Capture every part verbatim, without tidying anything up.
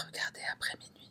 regarder après minuit.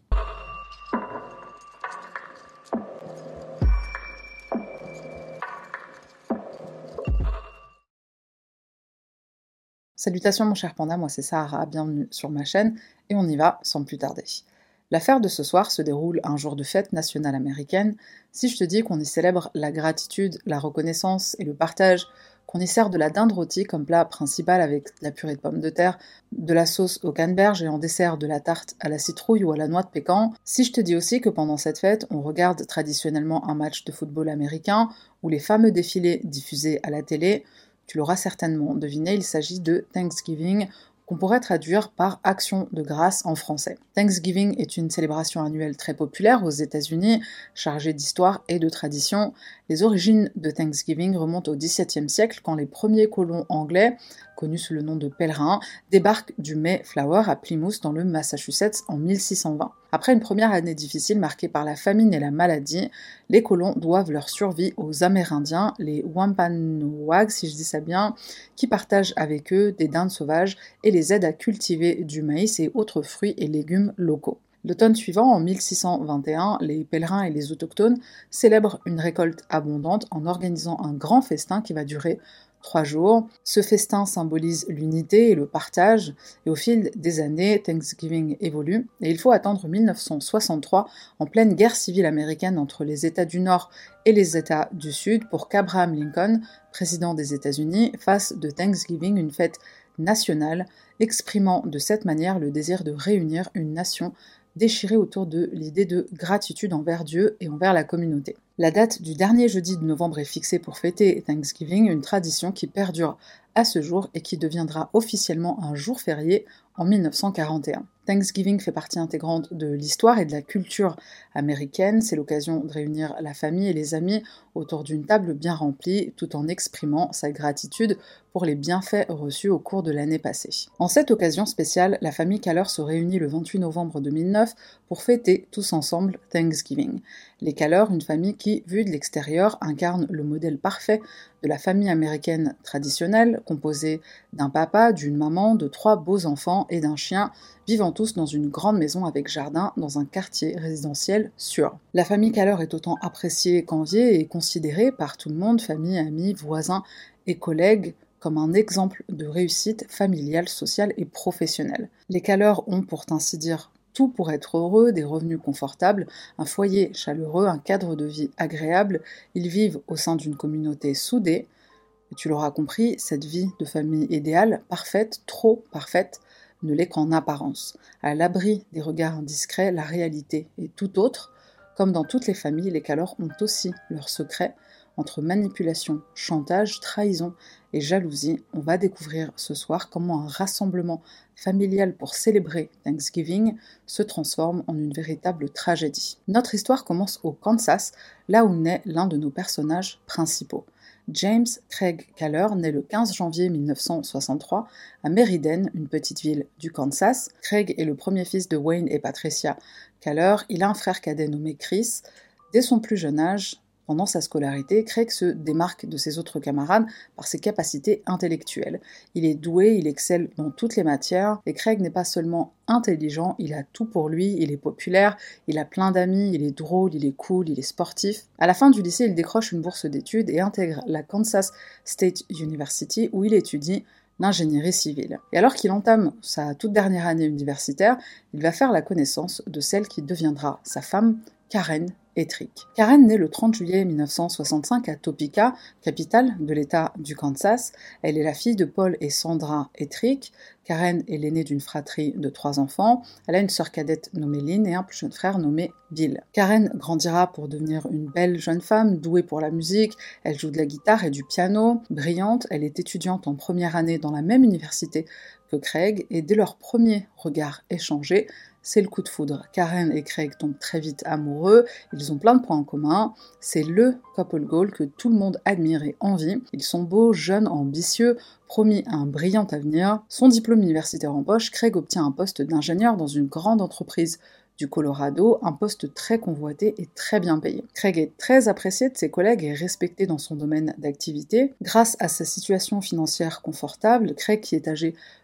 Salutations mon cher panda, moi c'est Sahara, bienvenue sur ma chaîne, et on y va sans plus tarder. L'affaire de ce soir se déroule un jour de fête nationale américaine. Si je te dis qu'on y célèbre la gratitude, la reconnaissance et le partage, qu'on y sert de la dinde rôtie comme plat principal avec de la purée de pommes de terre, de la sauce au canneberge et en dessert de la tarte à la citrouille ou à la noix de pécan, si je te dis aussi que pendant cette fête, on regarde traditionnellement un match de football américain ou les fameux défilés diffusés à la télé, tu l'auras certainement deviné, il s'agit de Thanksgiving, qu'on pourrait traduire par Action de grâce en français. Thanksgiving est une célébration annuelle très populaire aux États-Unis, chargée d'histoire et de tradition. Les origines de Thanksgiving remontent au dix-septième siècle quand les premiers colons anglais, connus sous le nom de pèlerins, débarquent du Mayflower à Plymouth dans le Massachusetts en mille six cent vingt. Après une première année difficile marquée par la famine et la maladie, les colons doivent leur survie aux Amérindiens, les Wampanoags, si je dis ça bien, qui partagent avec eux des dindes sauvages et les aident à cultiver du maïs et autres fruits et légumes locaux. L'automne suivant, en mille six cent vingt et un, les pèlerins et les autochtones célèbrent une récolte abondante en organisant un grand festin qui va durer trois jours. Ce festin symbolise l'unité et le partage, et au fil des années, Thanksgiving évolue, et il faut attendre mille neuf cent soixante-trois, en pleine guerre civile américaine entre les États du Nord et les États du Sud, pour qu'Abraham Lincoln, président des États-Unis, fasse de Thanksgiving une fête nationale, exprimant de cette manière le désir de réunir une nation déchirée autour de l'idée de gratitude envers Dieu et envers la communauté. La date du dernier jeudi de novembre est fixée pour fêter Thanksgiving, une tradition qui perdure à ce jour et qui deviendra officiellement un jour férié en mille neuf cent quarante et un. Thanksgiving fait partie intégrante de l'histoire et de la culture américaine. C'est l'occasion de réunir la famille et les amis autour d'une table bien remplie, tout en exprimant sa gratitude pour les bienfaits reçus au cours de l'année passée. En cette occasion spéciale, la famille Keller se réunit le vingt-huit novembre deux mille neuf pour fêter tous ensemble Thanksgiving. Les Keller, une famille qui, vue de l'extérieur, incarne le modèle parfait de la famille américaine traditionnelle, composée d'un papa, d'une maman, de trois beaux enfants et d'un chien, vivant tous dans une grande maison avec jardin dans un quartier résidentiel sûr. La famille Keller est autant appréciée qu'enviée et considérée par tout le monde, famille, amis, voisins et collègues, comme un exemple de réussite familiale, sociale et professionnelle. Les Keller ont, pour ainsi dire, tout pour être heureux, des revenus confortables, un foyer chaleureux, un cadre de vie agréable. Ils vivent au sein d'une communauté soudée. Et tu l'auras compris, cette vie de famille idéale, parfaite, trop parfaite, ne l'est qu'en apparence. À l'abri des regards indiscrets, la réalité est tout autre. Comme dans toutes les familles, les Keller ont aussi leurs secrets. Entre manipulation, chantage, trahison et jalousie, on va découvrir ce soir comment un rassemblement familial pour célébrer Thanksgiving se transforme en une véritable tragédie. Notre histoire commence au Kansas, là où naît l'un de nos personnages principaux. James Craig Keller naît le quinze janvier mille neuf cent soixante-trois à Meriden, une petite ville du Kansas. Craig est le premier fils de Wayne et Patricia Keller. Il a un frère cadet nommé Chris. Dès son plus jeune âge, pendant sa scolarité, Craig se démarque de ses autres camarades par ses capacités intellectuelles. Il est doué, il excelle dans toutes les matières, et Craig n'est pas seulement intelligent, il a tout pour lui, il est populaire, il a plein d'amis, il est drôle, il est cool, il est sportif. À la fin du lycée, il décroche une bourse d'études et intègre la Kansas State University où il étudie l'ingénierie civile. Et alors qu'il entame sa toute dernière année universitaire, il va faire la connaissance de celle qui deviendra sa femme, Karen Ettrick. Karen naît le trente juillet mille neuf cent soixante-cinq à Topeka, capitale de l'État du Kansas. Elle est la fille de Paul et Sandra Ettrick. Karen est l'aînée d'une fratrie de trois enfants. Elle a une sœur cadette nommée Lynn et un plus jeune frère nommé Bill. Karen grandira pour devenir une belle jeune femme, douée pour la musique. Elle joue de la guitare et du piano. Brillante, elle est étudiante en première année dans la même université que Craig, et dès leur premier regard échangé, c'est le coup de foudre. Karen et Craig tombent très vite amoureux, ils ont plein de points en commun, c'est le couple goal que tout le monde admire et envie. Ils sont beaux, jeunes, ambitieux, promis à un brillant avenir. Son diplôme universitaire en poche, Craig obtient un poste d'ingénieur dans une grande entreprise du Colorado, un poste très convoité et très bien payé. Craig est très apprécié de ses collègues et respecté dans son domaine d'activité. Grâce à sa situation financière confortable, Craig, qui est âgé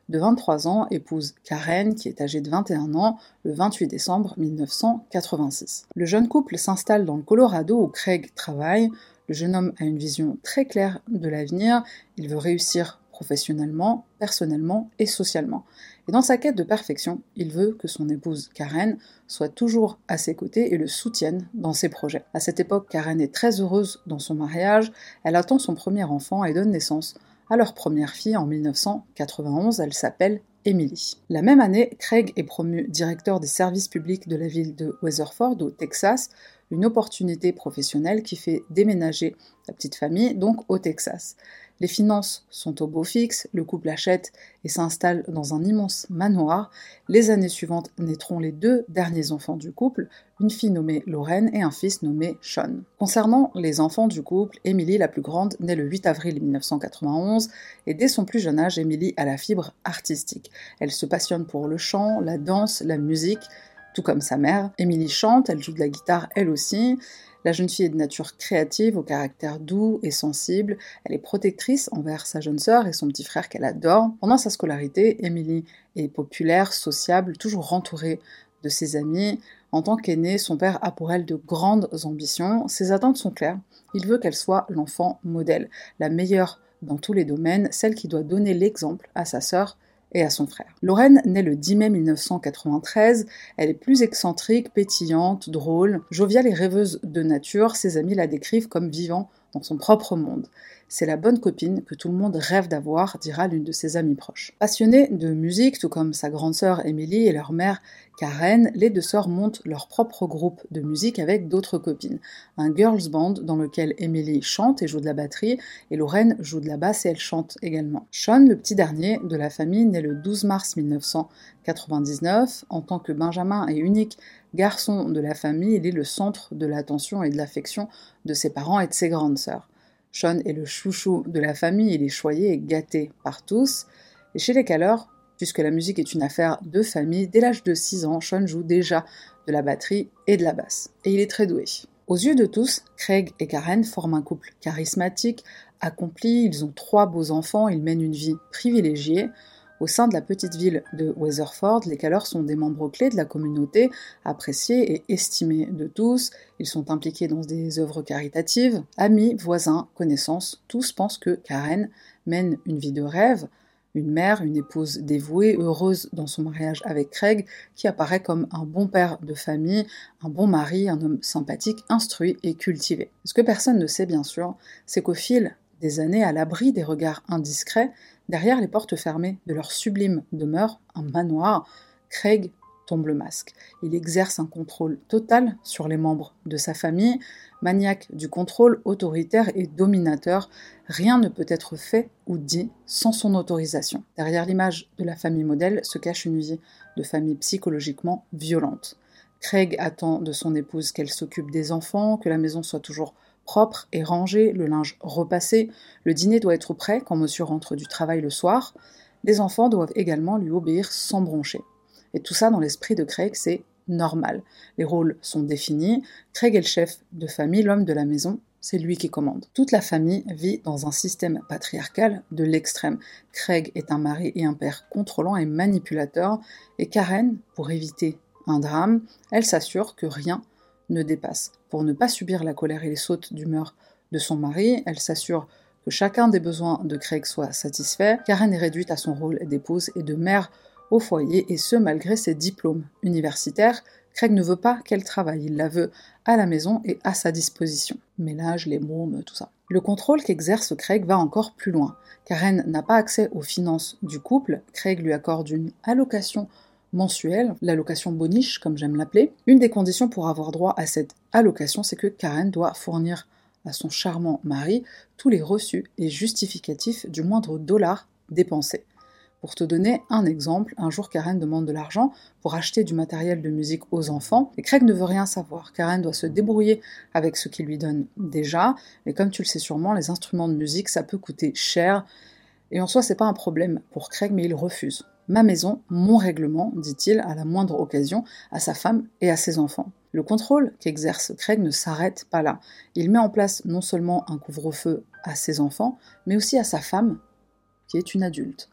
de vingt-trois ans, épouse Karen, qui est âgée de vingt et un ans, le vingt-huit décembre mille neuf cent quatre-vingt-six. Le jeune couple s'installe dans le Colorado où Craig travaille. Le jeune homme a une vision très claire de l'avenir, il veut réussir professionnellement, personnellement et socialement. Et dans sa quête de perfection, il veut que son épouse Karen soit toujours à ses côtés et le soutienne dans ses projets. À cette époque, Karen est très heureuse dans son mariage, elle attend son premier enfant et donne naissance à leur première fille en mille neuf cent quatre-vingt-onze, elle s'appelle Emily. La même année, Craig est promu directeur des services publics de la ville de Weatherford au Texas, une opportunité professionnelle qui fait déménager la petite famille donc au Texas. Les finances sont au beau fixe, le couple achète et s'installe dans un immense manoir. Les années suivantes naîtront les deux derniers enfants du couple, une fille nommée Lauren et un fils nommé Sean. Concernant les enfants du couple, Emily, la plus grande, naît le huit avril mille neuf cent quatre-vingt-onze et dès son plus jeune âge, Emily a la fibre artistique. Elle se passionne pour le chant, la danse, la musique, tout comme sa mère. Emily chante, elle joue de la guitare elle aussi. La jeune fille est de nature créative, au caractère doux et sensible. Elle est protectrice envers sa jeune sœur et son petit frère qu'elle adore. Pendant sa scolarité, Emily est populaire, sociable, toujours entourée de ses amis. En tant qu'aînée, son père a pour elle de grandes ambitions. Ses attentes sont claires. Il veut qu'elle soit l'enfant modèle, la meilleure dans tous les domaines, celle qui doit donner l'exemple à sa sœur et à son frère. Lauren naît le dix mai mille neuf cent quatre-vingt-treize, elle est plus excentrique, pétillante, drôle, joviale et rêveuse de nature, ses amis la décrivent comme vivant dans son propre monde. C'est la bonne copine que tout le monde rêve d'avoir, dira l'une de ses amies proches. Passionnée de musique, tout comme sa grande sœur Emily et leur mère Karen, les deux sœurs montent leur propre groupe de musique avec d'autres copines. Un girls band dans lequel Emily chante et joue de la batterie, et Lauren joue de la basse et elle chante également. Sean, le petit dernier de la famille, naît le douze mars mille neuf cent quatre-vingt-dix-neuf. En tant que Benjamin et unique garçon de la famille, il est le centre de l'attention et de l'affection de ses parents et de ses grandes sœurs. Sean est le chouchou de la famille, il est choyé et gâté par tous. Et chez les Keller, puisque la musique est une affaire de famille, dès l'âge de six ans, Sean joue déjà de la batterie et de la basse. Et il est très doué. Aux yeux de tous, Craig et Karen forment un couple charismatique, accompli, ils ont trois beaux enfants, ils mènent une vie privilégiée. Au sein de la petite ville de Weatherford, les Keller sont des membres clés de la communauté, appréciés et estimés de tous. Ils sont impliqués dans des œuvres caritatives. Amis, voisins, connaissances, tous pensent que Karen mène une vie de rêve, une mère, une épouse dévouée, heureuse dans son mariage avec Craig, qui apparaît comme un bon père de famille, un bon mari, un homme sympathique, instruit et cultivé. Ce que personne ne sait bien sûr, c'est qu'au fil des années, à l'abri des regards indiscrets, derrière les portes fermées de leur sublime demeure, un manoir, Craig tombe le masque. Il exerce un contrôle total sur les membres de sa famille, maniaque du contrôle, autoritaire et dominateur. Rien ne peut être fait ou dit sans son autorisation. Derrière l'image de la famille modèle se cache une vie de famille psychologiquement violente. Craig attend de son épouse qu'elle s'occupe des enfants, que la maison soit toujours propre et rangé, le linge repassé, le dîner doit être prêt quand monsieur rentre du travail le soir, les enfants doivent également lui obéir sans broncher. Et tout ça dans l'esprit de Craig, c'est normal. Les rôles sont définis, Craig est le chef de famille, l'homme de la maison, c'est lui qui commande. Toute la famille vit dans un système patriarcal de l'extrême. Craig est un mari et un père contrôlant et manipulateur, et Karen, pour éviter un drame, elle s'assure que rien ne dépasse. Pour ne pas subir la colère et les sautes d'humeur de son mari, elle s'assure que chacun des besoins de Craig soit satisfait. Karen est réduite à son rôle d'épouse et de mère au foyer, et ce malgré ses diplômes universitaires. Craig ne veut pas qu'elle travaille, il la veut à la maison et à sa disposition. Ménage, les mômes, tout ça. Le contrôle qu'exerce Craig va encore plus loin. Karen n'a pas accès aux finances du couple, Craig lui accorde une allocation mensuelle, l'allocation boniche comme j'aime l'appeler. Une des conditions pour avoir droit à cette allocation, c'est que Karen doit fournir à son charmant mari tous les reçus et justificatifs du moindre dollar dépensé. Pour te donner un exemple, un jour Karen demande de l'argent pour acheter du matériel de musique aux enfants, et Craig ne veut rien savoir. Karen doit se débrouiller avec ce qu'il lui donne déjà, et comme tu le sais sûrement, les instruments de musique, ça peut coûter cher, et en soi c'est pas un problème pour Craig, mais il refuse. Ma maison, mon règlement, dit-il à la moindre occasion, à sa femme et à ses enfants. Le contrôle qu'exerce Craig ne s'arrête pas là. Il met en place non seulement un couvre-feu à ses enfants, mais aussi à sa femme, qui est une adulte.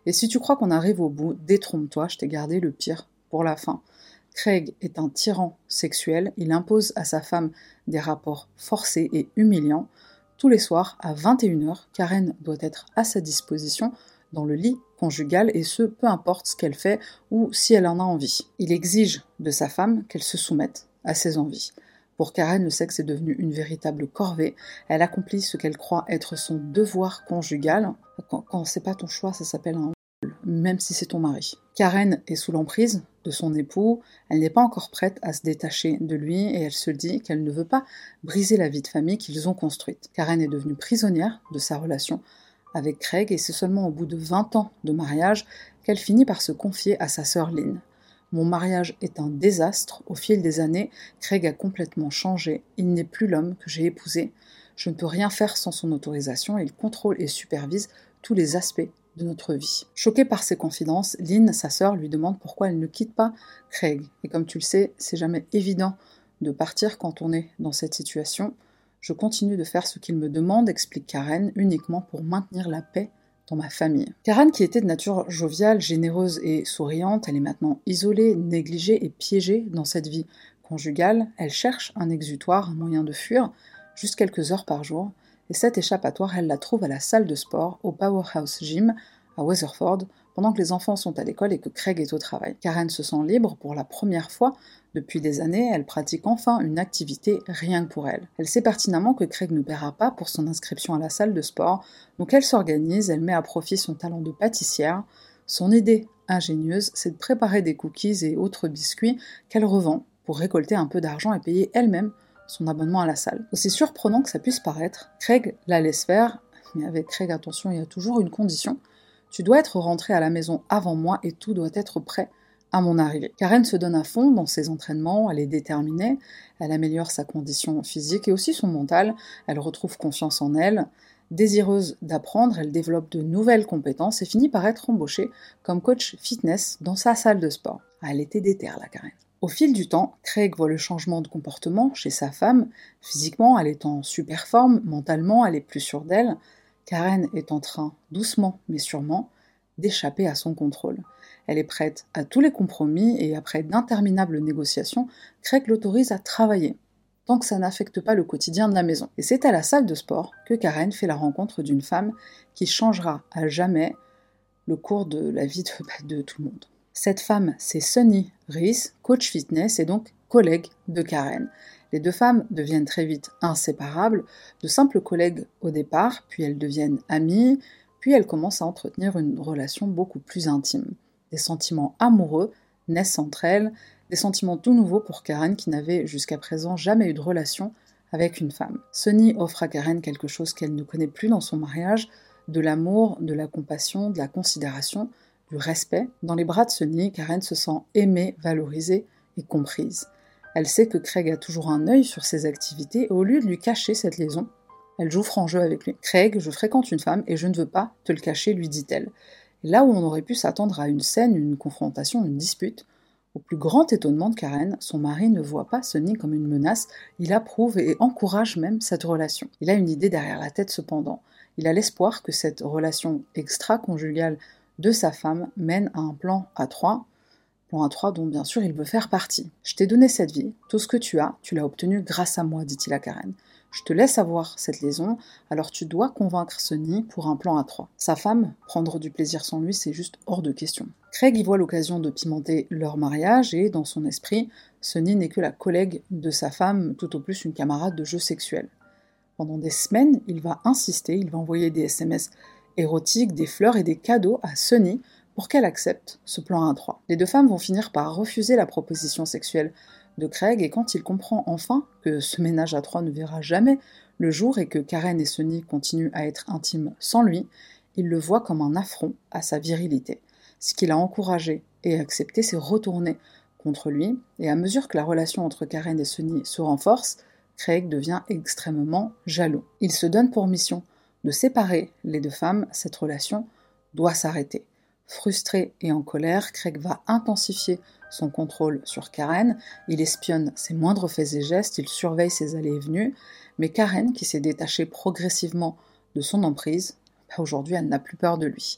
Et si tu crois qu'on arrive au bout, détrompe-toi, je t'ai gardé le pire pour la fin. Craig est un tyran sexuel, il impose à sa femme des rapports forcés et humiliants. Tous les soirs, à vingt et une heures, Karen doit être à sa disposition dans le lit conjugal, et ce, peu importe ce qu'elle fait ou si elle en a envie. Il exige de sa femme qu'elle se soumette à ses envies. Pour Karen, le sexe est devenu une véritable corvée. Elle accomplit ce qu'elle croit être son devoir conjugal. Quand, quand c'est pas ton choix, ça s'appelle un même si c'est ton mari. Karen est sous l'emprise de son époux, elle n'est pas encore prête à se détacher de lui et elle se dit qu'elle ne veut pas briser la vie de famille qu'ils ont construite. Karen est devenue prisonnière de sa relation avec Craig et c'est seulement au bout de vingt ans de mariage qu'elle finit par se confier à sa sœur Lynn. Mon mariage est un désastre. Au fil des années, Craig a complètement changé. Il n'est plus l'homme que j'ai épousé. Je ne peux rien faire sans son autorisation et il contrôle et supervise tous les aspects de notre vie. Choquée par ses confidences, Lynn, sa sœur, lui demande pourquoi elle ne quitte pas Craig. Et comme tu le sais, c'est jamais évident de partir quand on est dans cette situation. Je continue de faire ce qu'il me demande, explique Karen, uniquement pour maintenir la paix dans ma famille. Karen, qui était de nature joviale, généreuse et souriante, elle est maintenant isolée, négligée et piégée dans cette vie conjugale. Elle cherche un exutoire, un moyen de fuir, juste quelques heures par jour. Et cette échappatoire, elle la trouve à la salle de sport, au Powerhouse Gym, à Weatherford, pendant que les enfants sont à l'école et que Craig est au travail. Karen se sent libre pour la première fois depuis des années, elle pratique enfin une activité rien que pour elle. Elle sait pertinemment que Craig ne paiera pas pour son inscription à la salle de sport, donc elle s'organise, elle met à profit son talent de pâtissière. Son idée ingénieuse, c'est de préparer des cookies et autres biscuits qu'elle revend pour récolter un peu d'argent et payer elle-même son abonnement à la salle. Aussi surprenant que ça puisse paraître, Craig la laisse faire, mais avec Craig, attention, il y a toujours une condition. Tu dois être rentré à la maison avant moi et tout doit être prêt à mon arrivée. Karen se donne à fond dans ses entraînements, elle est déterminée, elle améliore sa condition physique et aussi son mental, elle retrouve confiance en elle. Désireuse d'apprendre, elle développe de nouvelles compétences et finit par être embauchée comme coach fitness dans sa salle de sport. Ah, elle était déterre, la Karen. Au fil du temps, Craig voit le changement de comportement chez sa femme. Physiquement, elle est en super forme, mentalement, elle est plus sûre d'elle. Karen est en train, doucement mais sûrement, d'échapper à son contrôle. Elle est prête à tous les compromis et après d'interminables négociations, Craig l'autorise à travailler, tant que ça n'affecte pas le quotidien de la maison. Et c'est à la salle de sport que Karen fait la rencontre d'une femme qui changera à jamais le cours de la vie de, de tout le monde. Cette femme, c'est Sunny Reese, coach fitness et donc collègue de Karen. Les deux femmes deviennent très vite inséparables, de simples collègues au départ, puis elles deviennent amies, puis elles commencent à entretenir une relation beaucoup plus intime. Des sentiments amoureux naissent entre elles, des sentiments tout nouveaux pour Karen qui n'avait jusqu'à présent jamais eu de relation avec une femme. Sunny offre à Karen quelque chose qu'elle ne connaît plus dans son mariage, de l'amour, de la compassion, de la considération, du respect. Dans les bras de Sunny, Karen se sent aimée, valorisée et comprise. Elle sait que Craig a toujours un œil sur ses activités et au lieu de lui cacher cette liaison, elle joue franc jeu avec lui. « Craig, je fréquente une femme et je ne veux pas te le cacher, lui dit-elle. » Et là où on aurait pu s'attendre à une scène, une confrontation, une dispute, au plus grand étonnement de Karen, son mari ne voit pas Sunny comme une menace, il approuve et encourage même cette relation. Il a une idée derrière la tête cependant. Il a l'espoir que cette relation extra-conjugale de sa femme mène à un plan à trois, plan à trois dont bien sûr il veut faire partie. « Je t'ai donné cette vie, tout ce que tu as, tu l'as obtenu grâce à moi, dit-il à Karen. Je te laisse avoir cette liaison, alors tu dois convaincre Sunny pour un plan à trois. » Sa femme, prendre du plaisir sans lui, c'est juste hors de question. Craig y voit l'occasion de pimenter leur mariage et, dans son esprit, Sunny n'est que la collègue de sa femme, tout au plus une camarade de jeu sexuel. Pendant des semaines, il va insister, il va envoyer des S M S érotiques, des fleurs et des cadeaux à Sunny pour qu'elle accepte ce plan à trois. Les deux femmes vont finir par refuser la proposition sexuelle de Craig et quand il comprend enfin que ce ménage à trois ne verra jamais le jour et que Karen et Sunny continuent à être intimes sans lui, il le voit comme un affront à sa virilité. Ce qu'il a encouragé et accepté s'est retourné contre lui et à mesure que la relation entre Karen et Sunny se renforce, Craig devient extrêmement jaloux. Il se donne pour mission de séparer les deux femmes, cette relation doit s'arrêter. Frustré et en colère, Craig va intensifier son contrôle sur Karen, il espionne ses moindres faits et gestes, il surveille ses allées et venues, mais Karen, qui s'est détachée progressivement de son emprise, bah aujourd'hui elle n'a plus peur de lui.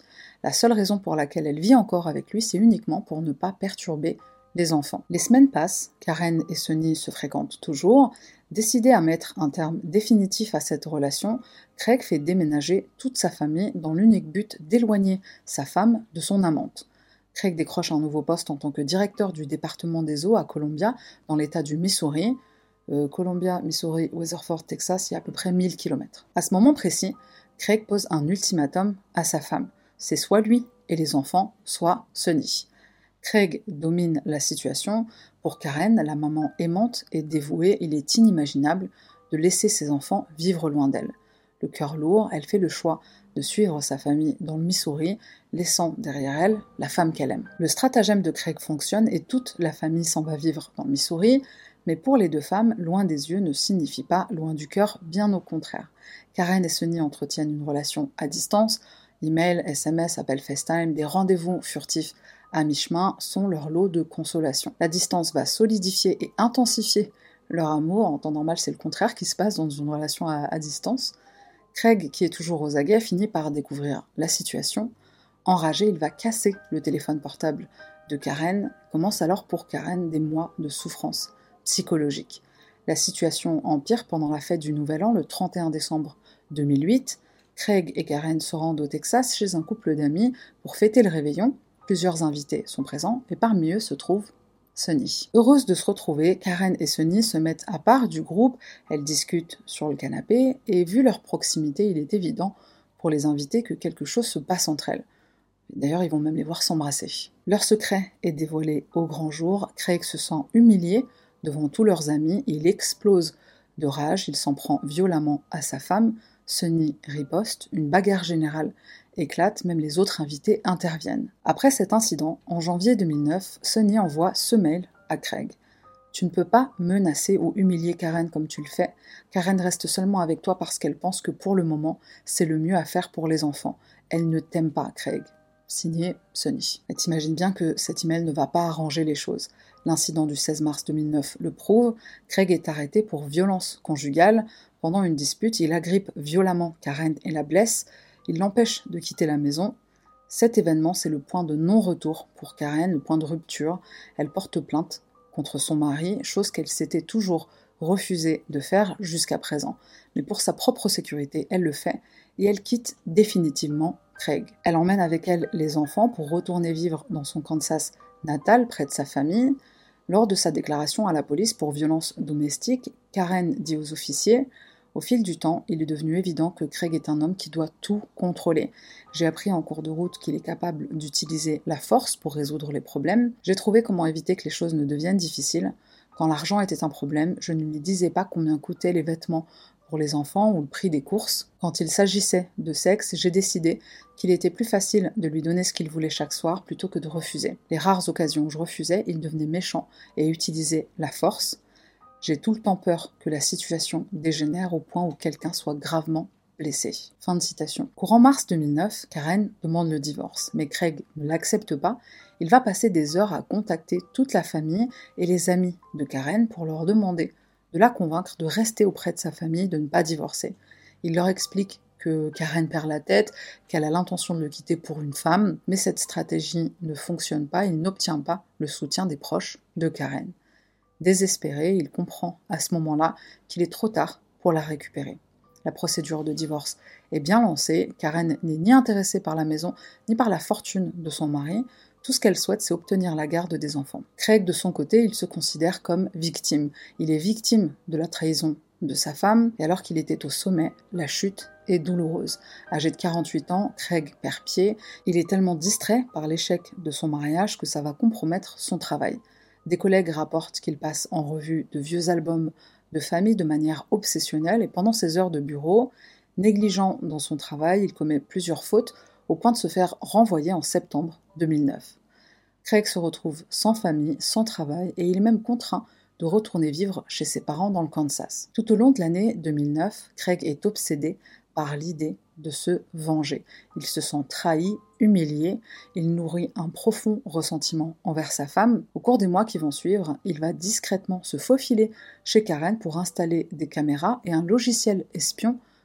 La seule raison pour laquelle elle vit encore avec lui, c'est uniquement pour ne pas perturber les enfants. Les semaines passent, Karen et Sonny se fréquentent toujours. Décidé à mettre un terme définitif à cette relation, Craig fait déménager toute sa famille dans l'unique but d'éloigner sa femme de son amante. Craig décroche un nouveau poste en tant que directeur du département des eaux à Columbia, dans l'état du Missouri. Euh, Columbia, Missouri, Weatherford, Texas, il y a à peu près mille kilomètres. À ce moment précis, Craig pose un ultimatum à sa femme. C'est soit lui et les enfants, soit Sonny. Craig domine la situation. Pour Karen, la maman aimante et dévouée, il est inimaginable de laisser ses enfants vivre loin d'elle. Le cœur lourd, elle fait le choix de suivre sa famille dans le Missouri, laissant derrière elle la femme qu'elle aime. Le stratagème de Craig fonctionne et toute la famille s'en va vivre dans le Missouri, mais pour les deux femmes, loin des yeux ne signifie pas loin du cœur, bien au contraire. Karen et Sonny entretiennent une relation à distance. Email, S M S, appels FaceTime, des rendez-vous furtifs à mi-chemin sont leur lot de consolation. La distance va solidifier et intensifier leur amour. En temps normal, c'est le contraire qui se passe dans une relation à, à distance. Craig, qui est toujours aux aguets, finit par découvrir la situation. Enragé, il va casser le téléphone portable de Karen. Commence alors pour Karen des mois de souffrance psychologique. La situation empire pendant la fête du Nouvel An, le trente et un décembre deux mille huit. Craig et Karen se rendent au Texas chez un couple d'amis pour fêter le réveillon. Plusieurs invités sont présents et parmi eux se trouve Sonny. Heureuse de se retrouver, Karen et Sonny se mettent à part du groupe, elles discutent sur le canapé et vu leur proximité, il est évident pour les invités que quelque chose se passe entre elles. D'ailleurs, ils vont même les voir s'embrasser. Leur secret est dévoilé au grand jour, Craig se sent humilié devant tous leurs amis, il explose de rage, il s'en prend violemment à sa femme, Sonny riposte, une bagarre générale éclate, même les autres invités interviennent. Après cet incident, en janvier deux mille neuf, Sonny envoie ce mail à Craig. « Tu ne peux pas menacer ou humilier Karen comme tu le fais. Karen reste seulement avec toi parce qu'elle pense que pour le moment, c'est le mieux à faire pour les enfants. Elle ne t'aime pas, Craig. » Signé Sonny. Et t'imagines bien que cet email ne va pas arranger les choses. L'incident du seize mars deux mille neuf le prouve. Craig est arrêté pour violence conjugale. Pendant une dispute, il agrippe violemment Karen et la blesse. Il l'empêche de quitter la maison. Cet événement, c'est le point de non-retour pour Karen, le point de rupture. Elle porte plainte contre son mari, chose qu'elle s'était toujours refusé de faire jusqu'à présent. Mais pour sa propre sécurité, elle le fait et elle quitte définitivement Craig. Elle emmène avec elle les enfants pour retourner vivre dans son Kansas natal, près de sa famille. Lors de sa déclaration à la police pour violence domestique, Karen dit aux officiers « Au fil du temps, il est devenu évident que Craig est un homme qui doit tout contrôler. J'ai appris en cours de route qu'il est capable d'utiliser la force pour résoudre les problèmes. J'ai trouvé comment éviter que les choses ne deviennent difficiles. Quand l'argent était un problème, je ne lui disais pas combien coûtaient les vêtements pour les enfants ou le prix des courses. Quand il s'agissait de sexe, j'ai décidé qu'il était plus facile de lui donner ce qu'il voulait chaque soir plutôt que de refuser. Les rares occasions où je refusais, il devenait méchant et utilisait la force. J'ai tout le temps peur que la situation dégénère au point où quelqu'un soit gravement blessé. » Fin de citation. Courant mars deux mille neuf, Karen demande le divorce, mais Craig ne l'accepte pas. Il va passer des heures à contacter toute la famille et les amis de Karen pour leur demander de la convaincre de rester auprès de sa famille, de ne pas divorcer. Il leur explique que Karen perd la tête, qu'elle a l'intention de le quitter pour une femme, mais cette stratégie ne fonctionne pas, il n'obtient pas le soutien des proches de Karen. Désespéré, il comprend à ce moment-là qu'il est trop tard pour la récupérer. La procédure de divorce est bien lancée, Karen n'est ni intéressée par la maison, ni par la fortune de son mari. Tout ce qu'elle souhaite, c'est obtenir la garde des enfants. Craig, de son côté, il se considère comme victime. Il est victime de la trahison de sa femme, et alors qu'il était au sommet, la chute est douloureuse. Âgé de quarante-huit ans, Craig perd pied. Il est tellement distrait par l'échec de son mariage que ça va compromettre son travail. Des collègues rapportent qu'il passe en revue de vieux albums de famille de manière obsessionnelle et pendant ses heures de bureau, négligent dans son travail, il commet plusieurs fautes au point de se faire renvoyer en septembre deux mille neuf. Craig se retrouve sans famille, sans travail et il est même contraint de retourner vivre chez ses parents dans le Kansas. Tout au long de l'année deux mille neuf, Craig est obsédé par l'idée de se venger. Il se sent trahi, humilié, il nourrit un profond ressentiment envers sa femme. Au cours des mois qui vont suivre, il va discrètement se faufiler chez Karen pour installer des caméras et un logiciel espion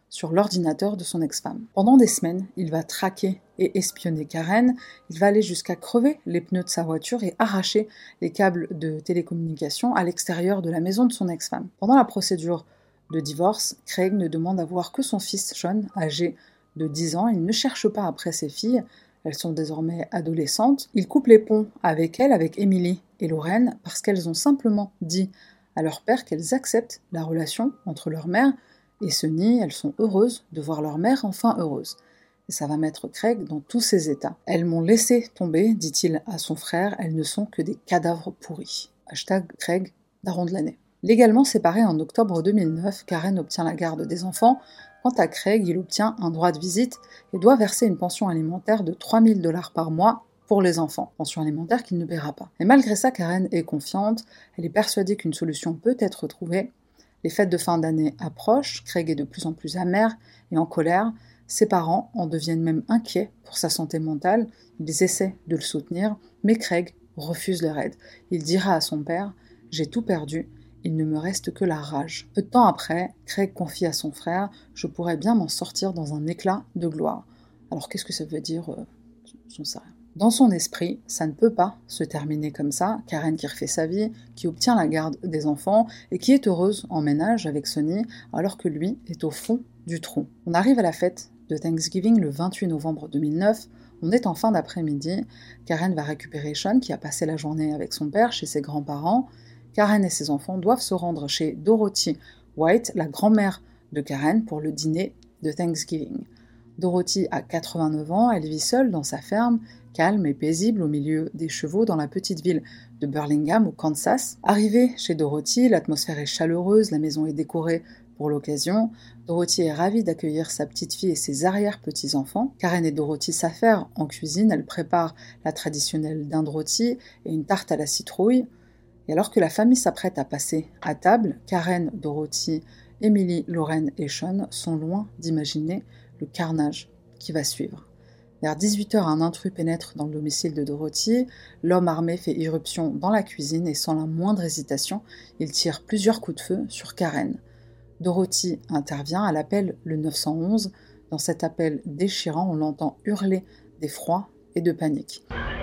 sur l'ordinateur de son ex-femme. Pendant des semaines, il va traquer et espionner Karen, il va aller jusqu'à crever les pneus de sa voiture et arracher les câbles de télécommunication à l'extérieur de la maison de son ex-femme. Pendant la procédure de divorce, Craig ne demande à voir que son fils Sean, âgé de dix ans. Il ne cherche pas après ses filles, elles sont désormais adolescentes. Il coupe les ponts avec elles, avec Emily et Lorraine, parce qu'elles ont simplement dit à leur père qu'elles acceptent la relation entre leur mère et Sunny. Elles sont heureuses de voir leur mère enfin heureuse. Et ça va mettre Craig dans tous ses états. « Elles m'ont laissé tomber, dit-il à son frère, elles ne sont que des cadavres pourris. » Hashtag Craig, daron de l'année. Légalement séparés en octobre deux mille neuf, Karen obtient la garde des enfants. Quant à Craig, il obtient un droit de visite et doit verser une pension alimentaire de trois mille dollars par mois pour les enfants, pension alimentaire qu'il ne paiera pas. Et malgré ça, Karen est confiante, elle est persuadée qu'une solution peut être trouvée. Les fêtes de fin d'année approchent, Craig est de plus en plus amer et en colère. Ses parents en deviennent même inquiets pour sa santé mentale, ils essaient de le soutenir, mais Craig refuse leur aide. Il dira à son père « J'ai tout perdu, il ne me reste que la rage. » Peu de temps après, Craig confie à son frère « Je pourrais bien m'en sortir dans un éclat de gloire. » Alors qu'est-ce que ça veut dire euh, j'en sais rien. Dans son esprit, ça ne peut pas se terminer comme ça. Karen qui refait sa vie, qui obtient la garde des enfants et qui est heureuse en ménage avec Sunny, alors que lui est au fond du trou. On arrive à la fête de Thanksgiving le vingt-huit novembre deux mille neuf. On est en fin d'après-midi. Karen va récupérer Sean qui a passé la journée avec son père chez ses grands-parents. Karen et ses enfants doivent se rendre chez Dorothy White, la grand-mère de Karen, pour le dîner de Thanksgiving. Dorothy a quatre-vingt-neuf ans, elle vit seule dans sa ferme, calme et paisible au milieu des chevaux dans la petite ville de Burlingame au Kansas. Arrivée chez Dorothy, l'atmosphère est chaleureuse, la maison est décorée pour l'occasion. Dorothy est ravie d'accueillir sa petite-fille et ses arrière-petits-enfants. Karen et Dorothy s'affairent en cuisine, elles préparent la traditionnelle dinde rôtie et une tarte à la citrouille. Et alors que la famille s'apprête à passer à table, Karen, Dorothy, Emily, Lorraine et Sean sont loin d'imaginer le carnage qui va suivre. Vers dix-huit heures, un intrus pénètre dans le domicile de Dorothy. L'homme armé fait irruption dans la cuisine et sans la moindre hésitation, il tire plusieurs coups de feu sur Karen. Dorothy intervient, elle appelle le neuf cent onze. Dans cet appel déchirant, on l'entend hurler d'effroi et de panique.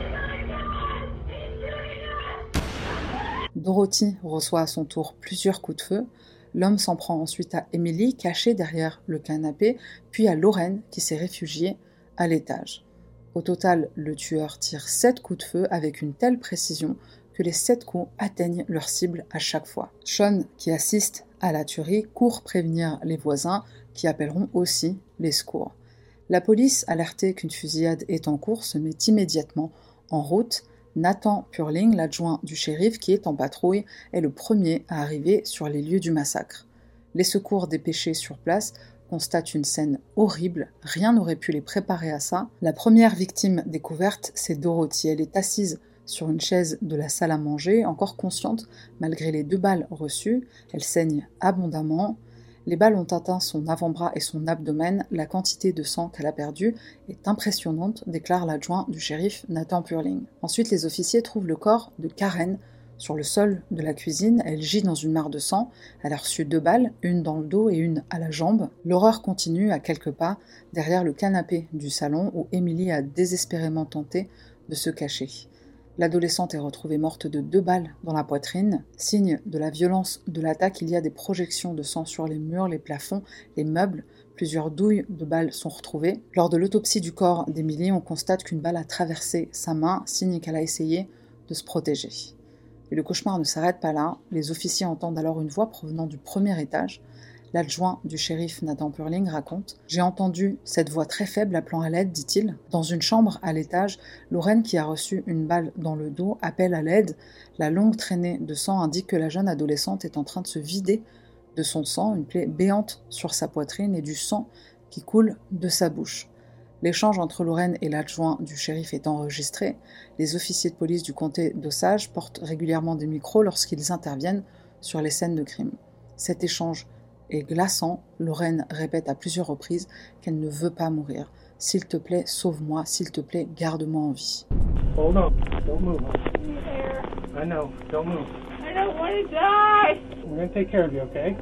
Dorothy reçoit à son tour plusieurs coups de feu. L'homme s'en prend ensuite à Emily, cachée derrière le canapé, puis à Lorraine, qui s'est réfugiée à l'étage. Au total, le tueur tire sept coups de feu avec une telle précision que les sept coups atteignent leur cible à chaque fois. Sean, qui assiste à la tuerie, court prévenir les voisins, qui appelleront aussi les secours. La police, alertée qu'une fusillade est en cours, se met immédiatement en route. Nathan Purling, l'adjoint du shérif qui est en patrouille, est le premier à arriver sur les lieux du massacre. Les secours dépêchés sur place constatent une scène horrible, rien n'aurait pu les préparer à ça. La première victime découverte, c'est Dorothy. Elle est assise sur une chaise de la salle à manger, encore consciente malgré les deux balles reçues. Elle saigne abondamment. Les balles ont atteint son avant-bras et son abdomen. La quantité de sang qu'elle a perdu est impressionnante, déclare l'adjoint du shérif Nathan Purling. Ensuite, les officiers trouvent le corps de Karen sur le sol de la cuisine. Elle gît dans une mare de sang. Elle a reçu deux balles, une dans le dos et une à la jambe. L'horreur continue à quelques pas derrière le canapé du salon où Emily a désespérément tenté de se cacher. L'adolescente est retrouvée morte de deux balles dans la poitrine. Signe de la violence de l'attaque, il y a des projections de sang sur les murs, les plafonds, les meubles. Plusieurs douilles de balles sont retrouvées. Lors de l'autopsie du corps d'Emily, on constate qu'une balle a traversé sa main, signe qu'elle a essayé de se protéger. Et le cauchemar ne s'arrête pas là. Les officiers entendent alors une voix provenant du premier étage. L'adjoint du shérif Nathan Purling raconte « J'ai entendu cette voix très faible appelant à l'aide, dit-il. Dans une chambre à l'étage, Lorraine, qui a reçu une balle dans le dos, appelle à l'aide. La longue traînée de sang indique que la jeune adolescente est en train de se vider de son sang, une plaie béante sur sa poitrine et du sang qui coule de sa bouche. L'échange entre Lorraine et l'adjoint du shérif est enregistré. Les officiers de police du comté d'Osage portent régulièrement des micros lorsqu'ils interviennent sur les scènes de crime. Cet échange est glaçant. Lorraine répète à plusieurs reprises qu'elle ne veut pas mourir. « S'il te plaît, sauve-moi. S'il te plaît, garde-moi en vie. » Hold on. Don't move. I know. Don't move. I don't want to die. We're going to take care of you, okay?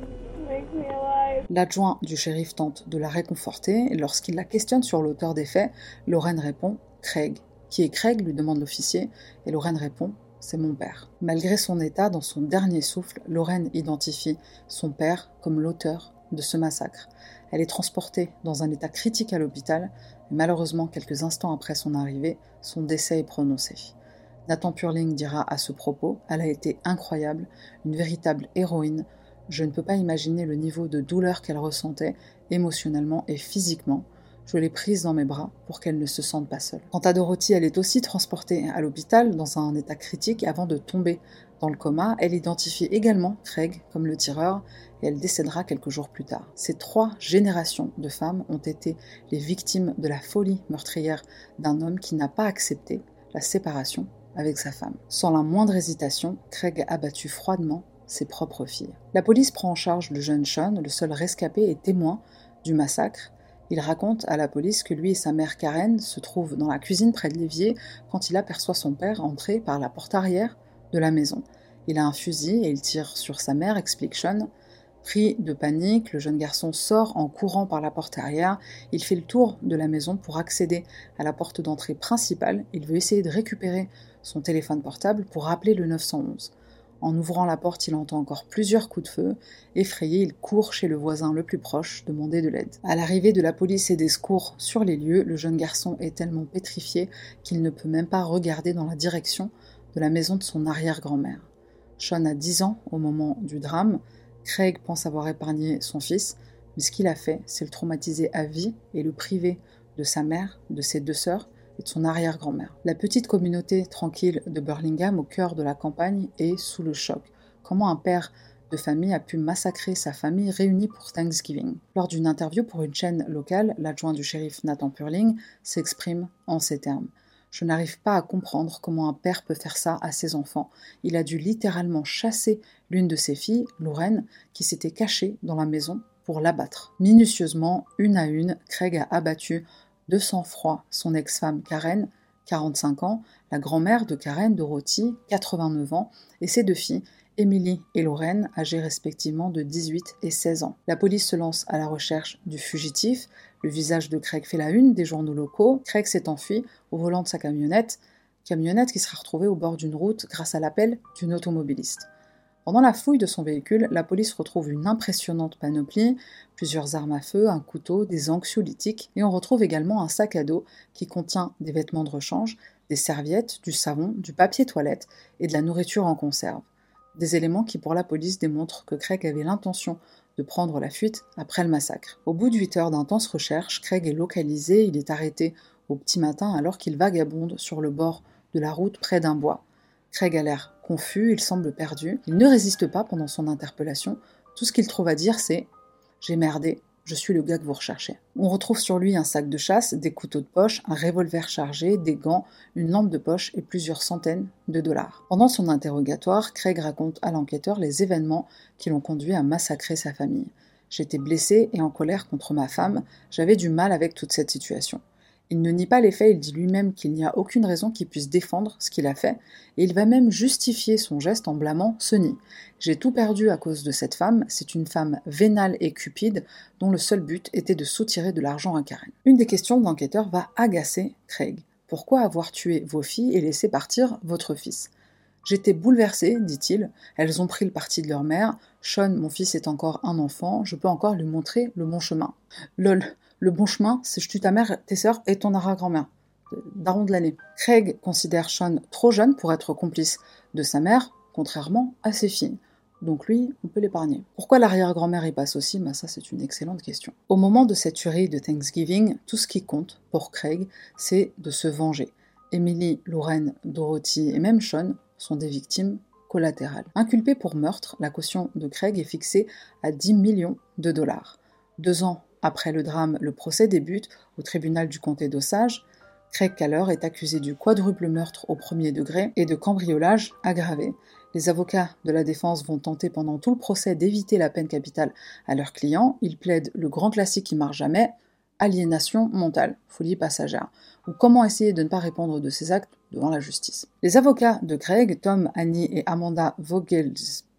Make me alive. L'adjoint du shérif tente de la réconforter et lorsqu'il la questionne sur l'auteur des faits, Lorraine répond « Craig ». Qui est Craig lui demande l'officier et Lorraine répond « C'est mon père ». Malgré son état, dans son dernier souffle, Lorraine identifie son père comme l'auteur de ce massacre. Elle est transportée dans un état critique à l'hôpital et malheureusement, quelques instants après son arrivée, son décès est prononcé. Nathan Purling dira à ce propos « Elle a été incroyable, une véritable héroïne. Je ne peux pas imaginer le niveau de douleur qu'elle ressentait émotionnellement et physiquement. Je l'ai prise dans mes bras pour qu'elle ne se sente pas seule. » Quant à Dorothy, elle est aussi transportée à l'hôpital dans un état critique avant de tomber dans le coma. Elle identifie également Craig comme le tireur et elle décédera quelques jours plus tard. Ces trois générations de femmes ont été les victimes de la folie meurtrière d'un homme qui n'a pas accepté la séparation avec sa femme. Sans la moindre hésitation, Craig a abattu froidement ses propres filles. La police prend en charge le jeune Sean, le seul rescapé et témoin du massacre. Il raconte à la police que lui et sa mère Karen se trouvent dans la cuisine près de l'évier quand il aperçoit son père entrer par la porte arrière de la maison. Il a un fusil et il tire sur sa mère, explique Sean. Pris de panique, le jeune garçon sort en courant par la porte arrière. Il fait le tour de la maison pour accéder à la porte d'entrée principale. Il veut essayer de récupérer son téléphone portable pour rappeler le neuf cent onze. En ouvrant la porte, il entend encore plusieurs coups de feu. Effrayé, il court chez le voisin le plus proche, demander de l'aide. À l'arrivée de la police et des secours sur les lieux, le jeune garçon est tellement pétrifié qu'il ne peut même pas regarder dans la direction de la maison de son arrière-grand-mère. Sean a dix ans au moment du drame. Craig pense avoir épargné son fils, mais ce qu'il a fait, c'est le traumatiser à vie et le priver de sa mère, de ses deux sœurs, et de son arrière-grand-mère. La petite communauté tranquille de Burlingham, au cœur de la campagne, est sous le choc. Comment un père de famille a pu massacrer sa famille réunie pour Thanksgiving? Lors d'une interview pour une chaîne locale, l'adjoint du shérif Nathan Purling s'exprime en ces termes. « Je n'arrive pas à comprendre comment un père peut faire ça à ses enfants. Il a dû littéralement chasser l'une de ses filles, Lorraine, qui s'était cachée dans la maison pour l'abattre. » Minutieusement, une à une, Craig a abattu de sang-froid son ex-femme Karen, quarante-cinq ans, la grand-mère de Karen, Dorothy, quatre-vingt-neuf ans, et ses deux filles, Emily et Lorraine, âgées respectivement de dix-huit et seize ans. La police se lance à la recherche du fugitif. Le visage de Craig fait la une des journaux locaux. Craig s'est enfui au volant de sa camionnette, camionnette qui sera retrouvée au bord d'une route grâce à l'appel d'une automobiliste. Pendant la fouille de son véhicule, la police retrouve une impressionnante panoplie, plusieurs armes à feu, un couteau, des anxiolytiques, et on retrouve également un sac à dos qui contient des vêtements de rechange, des serviettes, du savon, du papier toilette et de la nourriture en conserve. Des éléments qui, pour la police, démontrent que Craig avait l'intention de prendre la fuite après le massacre. Au bout de huit heures d'intenses recherches, Craig est localisé, il est arrêté au petit matin alors qu'il vagabonde sur le bord de la route près d'un bois. Craig a l'air confus, il semble perdu. Il ne résiste pas pendant son interpellation. Tout ce qu'il trouve à dire, c'est « J'ai merdé, je suis le gars que vous recherchez ». On retrouve sur lui un sac de chasse, des couteaux de poche, un revolver chargé, des gants, une lampe de poche et plusieurs centaines de dollars. Pendant son interrogatoire, Craig raconte à l'enquêteur les événements qui l'ont conduit à massacrer sa famille. « J'étais blessé et en colère contre ma femme, j'avais du mal avec toute cette situation. » Il ne nie pas les faits, il dit lui-même qu'il n'y a aucune raison qu'il puisse défendre ce qu'il a fait, et il va même justifier son geste en blâmant Sonny. « J'ai tout perdu à cause de cette femme, c'est une femme vénale et cupide, dont le seul but était de soutirer de l'argent à Karen. » Une des questions de l'enquêteur va agacer Craig. « Pourquoi avoir tué vos filles et laissé partir votre fils ?» « J'étais bouleversé, dit-il, elles ont pris le parti de leur mère, Sean, mon fils, est encore un enfant, je peux encore lui montrer le bon chemin. Lol, le bon chemin, c'est je tue ta mère, tes sœurs et ton arrière-grand-mère. Daron de l'année. » Craig considère Sean trop jeune pour être complice de sa mère, contrairement à ses filles. Donc lui, on peut l'épargner. Pourquoi l'arrière-grand-mère y passe aussi? Bah ça, c'est une excellente question. Au moment de cette tuerie de Thanksgiving, tout ce qui compte pour Craig, c'est de se venger. Emily, Lorraine, Dorothy et même Sean sont des victimes collatérales. Inculpé pour meurtre, la caution de Craig est fixée à dix millions de dollars. Deux ans après le drame, le procès débute au tribunal du comté d'Osage. Craig Caller est accusé du quadruple meurtre au premier degré et de cambriolage aggravé. Les avocats de la défense vont tenter pendant tout le procès d'éviter la peine capitale à leurs clients. Ils plaident le grand classique qui marche jamais, aliénation mentale, folie passagère, ou comment essayer de ne pas répondre de ses actes devant la justice. Les avocats de Craig, Tom, Annie et Amanda Vogelsberg,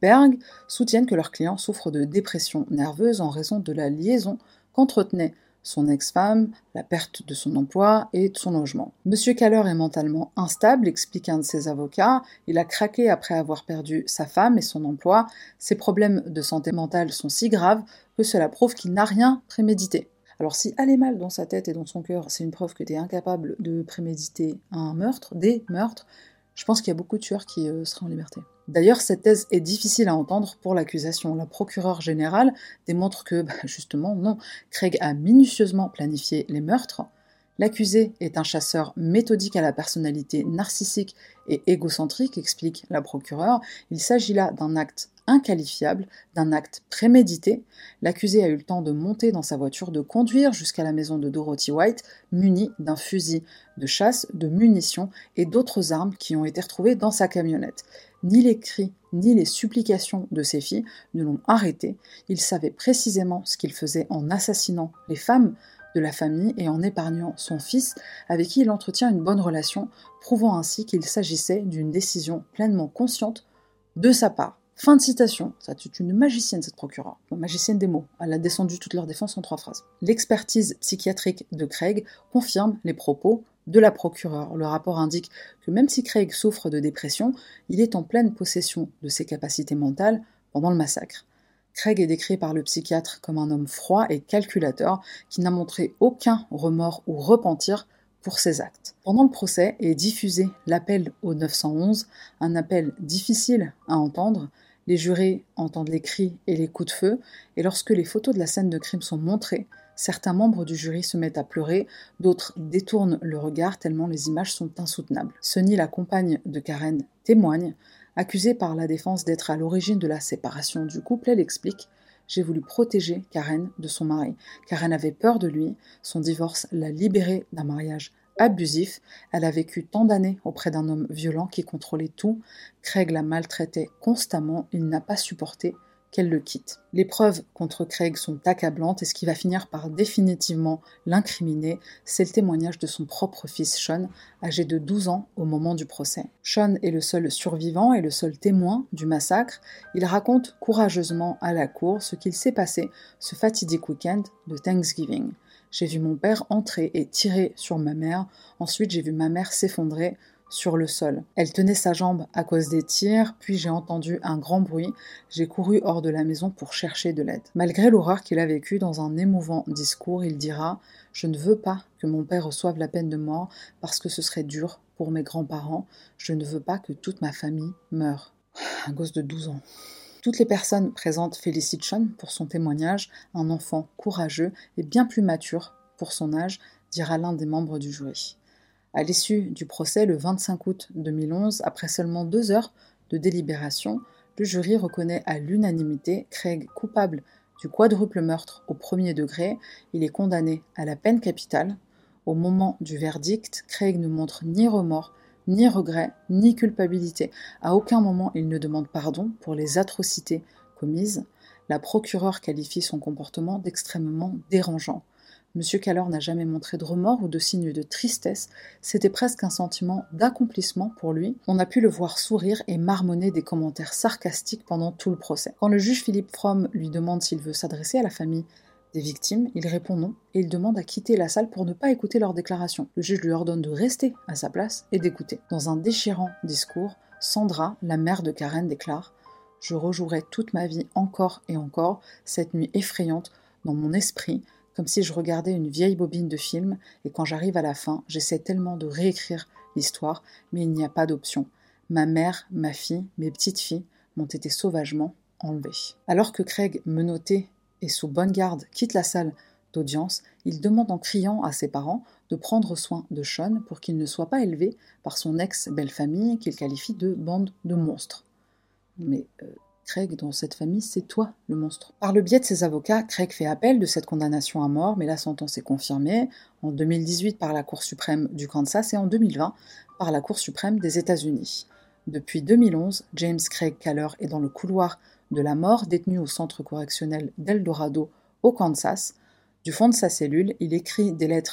Berg soutiennent que leurs clients souffrent de dépression nerveuse en raison de la liaison qu'entretenait son ex-femme, la perte de son emploi et de son logement. Monsieur Kaler est mentalement instable, explique un de ses avocats. Il a craqué après avoir perdu sa femme et son emploi. Ses problèmes de santé mentale sont si graves que cela prouve qu'il n'a rien prémédité. Alors si aller mal dans sa tête et dans son cœur, c'est une preuve que tu es incapable de préméditer un meurtre, des meurtres, je pense qu'il y a beaucoup de tueurs qui euh, seraient en liberté. D'ailleurs, cette thèse est difficile à entendre pour l'accusation. La procureure générale démontre que, bah, justement, non, Craig a minutieusement planifié les meurtres. L'accusé est un chasseur méthodique à la personnalité narcissique et égocentrique, explique la procureure. Il s'agit là d'un acte inqualifiable, d'un acte prémédité. L'accusé a eu le temps de monter dans sa voiture, de conduire jusqu'à la maison de Dorothy White, muni d'un fusil de chasse, de munitions et d'autres armes qui ont été retrouvées dans sa camionnette. Ni les cris, ni les supplications de ses filles ne l'ont arrêté. Il savait précisément ce qu'il faisait en assassinant les femmes de la famille et en épargnant son fils, avec qui il entretient une bonne relation, prouvant ainsi qu'il s'agissait d'une décision pleinement consciente de sa part. Fin de citation. C'est une magicienne, cette procureure. Une magicienne des mots. Elle a descendu toute leur défense en trois phrases. L'expertise psychiatrique de Craig confirme les propos de la procureure. Le rapport indique que même si Craig souffre de dépression, il est en pleine possession de ses capacités mentales pendant le massacre. Craig est décrit par le psychiatre comme un homme froid et calculateur qui n'a montré aucun remords ou repentir pour ses actes. Pendant le procès est diffusé l'appel au neuf cent onze, un appel difficile à entendre. Les jurés entendent les cris et les coups de feu, et lorsque les photos de la scène de crime sont montrées, certains membres du jury se mettent à pleurer, d'autres détournent le regard tellement les images sont insoutenables. Sonny, la compagne de Karen, témoigne. Accusée par la défense d'être à l'origine de la séparation du couple, elle explique « J'ai voulu protéger Karen de son mari. Karen avait peur de lui, son divorce l'a libérée d'un mariage abusif, elle a vécu tant d'années auprès d'un homme violent qui contrôlait tout, Craig la maltraitait constamment, il n'a pas supporté qu'elle le quitte. Les preuves contre Craig sont accablantes et ce qui va finir par définitivement l'incriminer, c'est le témoignage de son propre fils Sean, âgé de douze ans au moment du procès. Sean est le seul survivant et le seul témoin du massacre. Il raconte courageusement à la cour ce qu'il s'est passé ce fatidique week-end de Thanksgiving. J'ai vu mon père entrer et tirer sur ma mère, ensuite j'ai vu ma mère s'effondrer sur le sol. Elle tenait sa jambe à cause des tirs, puis j'ai entendu un grand bruit. J'ai couru hors de la maison pour chercher de l'aide. Malgré l'horreur qu'il a vécue, dans un émouvant discours, il dira « Je ne veux pas que mon père reçoive la peine de mort parce que ce serait dur pour mes grands-parents. Je ne veux pas que toute ma famille meure. » Un gosse de douze ans. Toutes les personnes présentes félicitent Sean pour son témoignage, un enfant courageux et bien plus mature pour son âge, dira l'un des membres du jury. À l'issue du procès, le vingt-cinq août deux mille onze, après seulement deux heures de délibération, le jury reconnaît à l'unanimité Craig coupable du quadruple meurtre au premier degré. Il est condamné à la peine capitale. Au moment du verdict, Craig ne montre ni remords, ni regret, ni culpabilité. À aucun moment il ne demande pardon pour les atrocités commises. La procureure qualifie son comportement d'extrêmement dérangeant. Monsieur Kaler n'a jamais montré de remords ou de signes de tristesse, c'était presque un sentiment d'accomplissement pour lui. On a pu le voir sourire et marmonner des commentaires sarcastiques pendant tout le procès. Quand le juge Philippe Fromm lui demande s'il veut s'adresser à la famille des victimes, il répond non et il demande à quitter la salle pour ne pas écouter leurs déclarations. Le juge lui ordonne de rester à sa place et d'écouter. Dans un déchirant discours, Sandra, la mère de Karen, déclare « Je rejouerai toute ma vie encore et encore cette nuit effrayante dans mon esprit, comme si je regardais une vieille bobine de film, et quand j'arrive à la fin, j'essaie tellement de réécrire l'histoire, mais il n'y a pas d'option. Ma mère, ma fille, mes petites filles m'ont été sauvagement enlevées. » Alors que Craig, menotté et sous bonne garde, quitte la salle d'audience, il demande en criant à ses parents de prendre soin de Sean pour qu'il ne soit pas élevé par son ex-belle-famille qu'il qualifie de bande de monstres. Mais... Euh, Craig, dans cette famille, c'est toi le monstre. Par le biais de ses avocats, Craig fait appel de cette condamnation à mort, mais la sentence est confirmée en deux mille dix-huit par la Cour suprême du Kansas et en deux mille vingt par la Cour suprême des États-Unis. Depuis deux mille onze, James Craig Kaler est dans le couloir de la mort, détenu au centre correctionnel d'El Dorado, au Kansas. Du fond de sa cellule, il écrit des lettres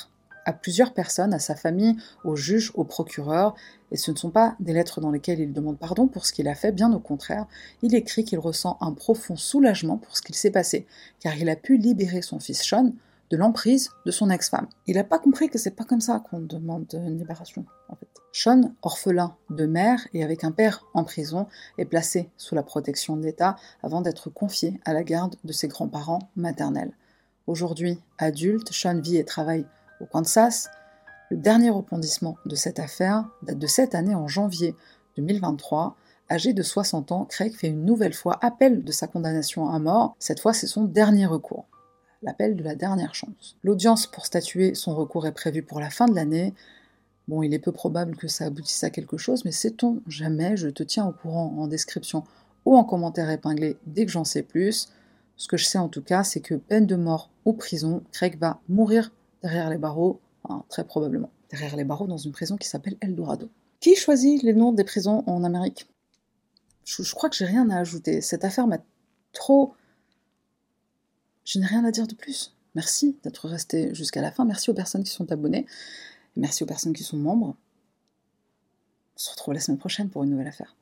à plusieurs personnes, à sa famille, aux juges, aux procureurs, et ce ne sont pas des lettres dans lesquelles il demande pardon pour ce qu'il a fait, bien au contraire, il écrit qu'il ressent un profond soulagement pour ce qu'il s'est passé, car il a pu libérer son fils Sean de l'emprise de son ex-femme. Il n'a pas compris que c'est pas comme ça qu'on demande une libération, en fait. Sean, orphelin de mère et avec un père en prison, est placé sous la protection de l'État avant d'être confié à la garde de ses grands-parents maternels. Aujourd'hui, adulte, Sean vit et travaille au Kansas. Le dernier rebondissement de cette affaire date de cette année en janvier deux mille vingt-trois. Âgé de soixante ans, Craig fait une nouvelle fois appel de sa condamnation à mort. Cette fois, c'est son dernier recours. L'appel de la dernière chance. L'audience pour statuer son recours est prévue pour la fin de l'année. Bon, il est peu probable que ça aboutisse à quelque chose, mais sait-on jamais, je te tiens au courant en description ou en commentaire épinglé dès que j'en sais plus. Ce que je sais en tout cas, c'est que peine de mort ou prison, Craig va mourir derrière les barreaux, enfin, très probablement, derrière les barreaux dans une prison qui s'appelle El Dorado. Qui choisit les noms des prisons en Amérique ? je, je crois que j'ai rien à ajouter. Cette affaire m'a trop... Je n'ai rien à dire de plus. Merci d'être resté jusqu'à la fin. Merci aux personnes qui sont abonnées. Et merci aux personnes qui sont membres. On se retrouve la semaine prochaine pour une nouvelle affaire.